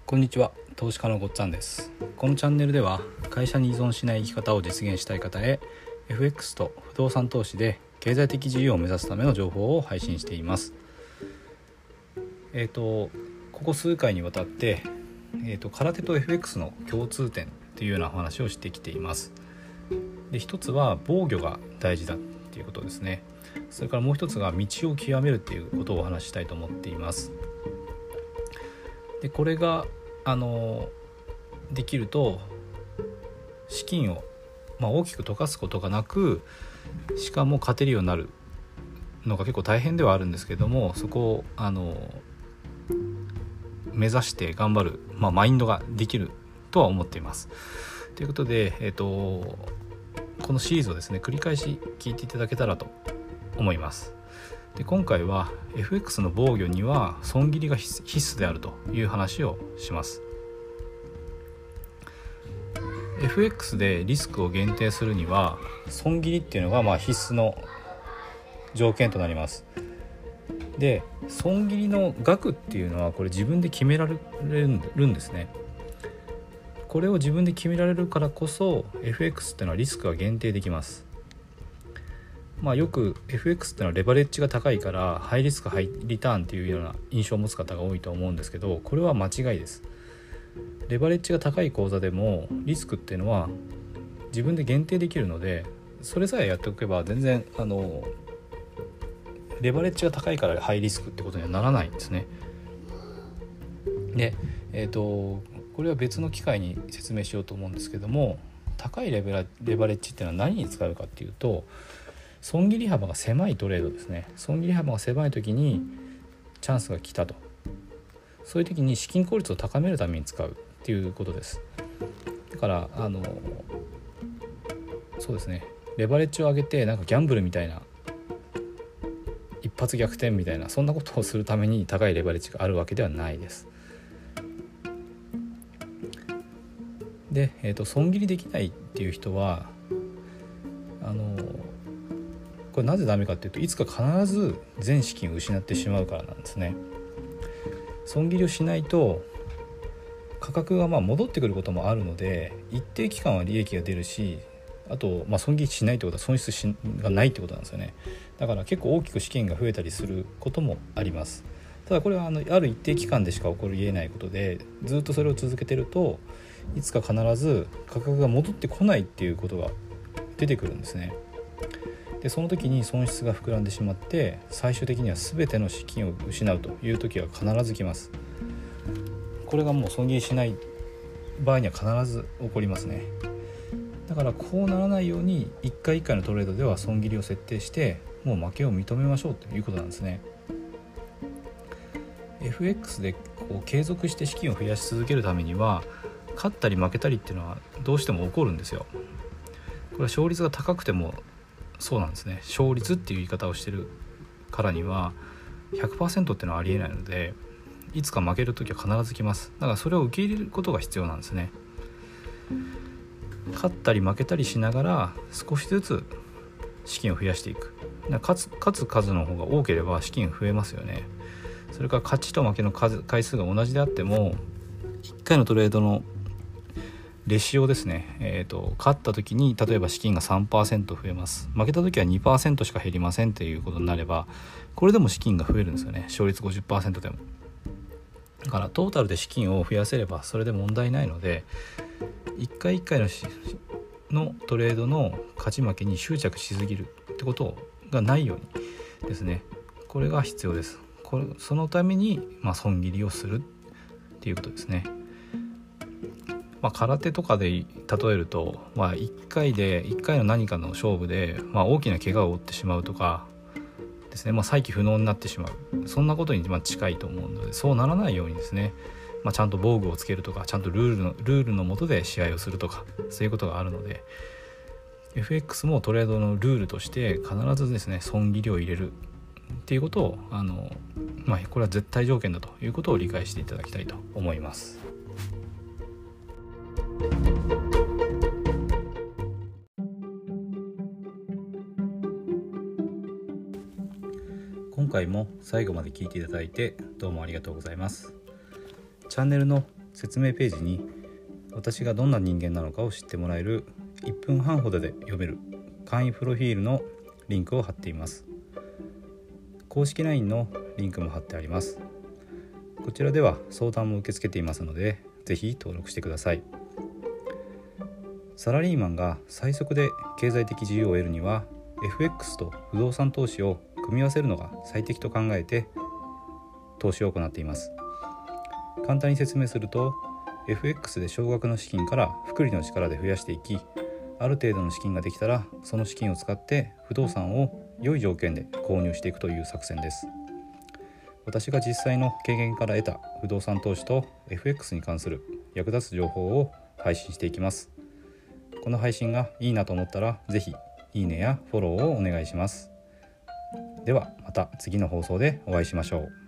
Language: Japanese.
こんにちは、投資家のごっつぁんです。このチャンネルでは会社に依存しない生き方を実現したい方へ FX と不動産投資で経済的自由を目指すための情報を配信しています。ここ数回にわたって、空手と FX の共通点というようなお話をしてきています。で、一つは防御が大事だっていうことですね。それからもう一つが道を極めるっていうことをお話ししたいと思っています。で、これができると資金を、大きく溶かすことがなく、しかも勝てるようになるのが結構大変ではあるんですけども、そこを目指して頑張る、マインドができるとは思っています。ということで、このシリーズをですね繰り返し聞いていただけたらと思います。で、今回は FX の防御には損切りが必須であるという話をします。FX でリスクを限定するには損切りっていうのが必須の条件となります。で、損切りの額っていうのはこれ自分で決められるんですね。これを自分で決められるからこそ FX っていうのはリスクが限定できます。よく FX っていうのはレバレッジが高いからハイリスクハイリターンっていうような印象を持つ方が多いと思うんですけど、これは間違いです。レバレッジが高い口座でもリスクっていうのは自分で限定できるので、それさえやっておけば全然レバレッジが高いからハイリスクってことにはならないんですね。で、これは別の機会に説明しようと思うんですけども、高いレバレッジっていうのは何に使うかっていうと、損切り幅が狭いトレードですね。損切り幅が狭い時にチャンスが来たと、そういう時に資金効率を高めるために使うっていうことです。だからそうですね、レバレッジを上げてなんかギャンブルみたいな一発逆転みたいな、そんなことをするために高いレバレッジがあるわけではないです。で、損切りできないっていう人はこれなぜダメかっていうと、いつか必ず全資金を失ってしまうからなんですね。損切りをしないと価格が戻ってくることもあるので、一定期間は利益が出るし、あと損切りしないってことは損失がないってことなんですよね。だから結構大きく資金が増えたりすることもあります。ただこれはある一定期間でしか起こり得ないことで、ずっとそれを続けてるといつか必ず価格が戻ってこないっていうことが出てくるんですね。で、その時に損失が膨らんでしまって、最終的には全ての資金を失うという時は必ず来ます。これがもう損切りしない場合には必ず起こりますね。だからこうならないように1回1回のトレードでは損切りを設定して、もう負けを認めましょうということなんですね。 FX で継続して資金を増やし続けるためには、勝ったり負けたりっていうのはどうしても起こるんですよ。これは勝率が高くてもそうなんですね。勝率っていう言い方をしてるからには 100% っていうのはありえないので、いつか負けるときは必ず来ます。だからそれを受け入れることが必要なんですね。勝ったり負けたりしながら少しずつ資金を増やしていく。勝つ数の方が多ければ資金増えますよね。それから勝ちと負けの回数が同じであっても、1回のトレードのレシオですね、勝った時に例えば資金が 3% 増えます。負けた時は 2% しか減りませんっていうことになれば、これでも資金が増えるんですよね。勝率 50% でも。だからトータルで資金を増やせればそれで問題ないので、1回1回のトレードの勝ち負けに執着しすぎるってことがないようにですね、これが必要です。そのために損切りをするっていうことですね。空手とかで例えると、1回の何かの勝負で、大きな怪我を負ってしまうとかですね、再起不能になってしまう、そんなことに近いと思うので、そうならないようにですね、ちゃんと防具をつけるとか、ちゃんとルールの下で試合をするとか、そういうことがあるので、 FX もトレードのルールとして必ずですね損切りを入れるっていうことをこれは絶対条件だということを理解していただきたいと思います。今回も最後まで聞いていただいてどうもありがとうございます。チャンネルの説明ページに私がどんな人間なのかを知ってもらえる1分半ほどで読める簡易プロフィールのリンクを貼っています。公式 LINE のリンクも貼ってあります。こちらでは相談も受け付けていますので、ぜひ登録してください。サラリーマンが最速で経済的自由を得るには FX と不動産投資を組み合わせるのが最適と考えて投資を行っています。簡単に説明すると、 FX で少額の資金から複利の力で増やしていき、ある程度の資金ができたらその資金を使って不動産を良い条件で購入していくという作戦です。私が実際の経験から得た不動産投資と FX に関する役立つ情報を配信していきます。この配信がいいなと思ったら、ぜひいいねやフォローをお願いします。ではまた次の放送でお会いしましょう。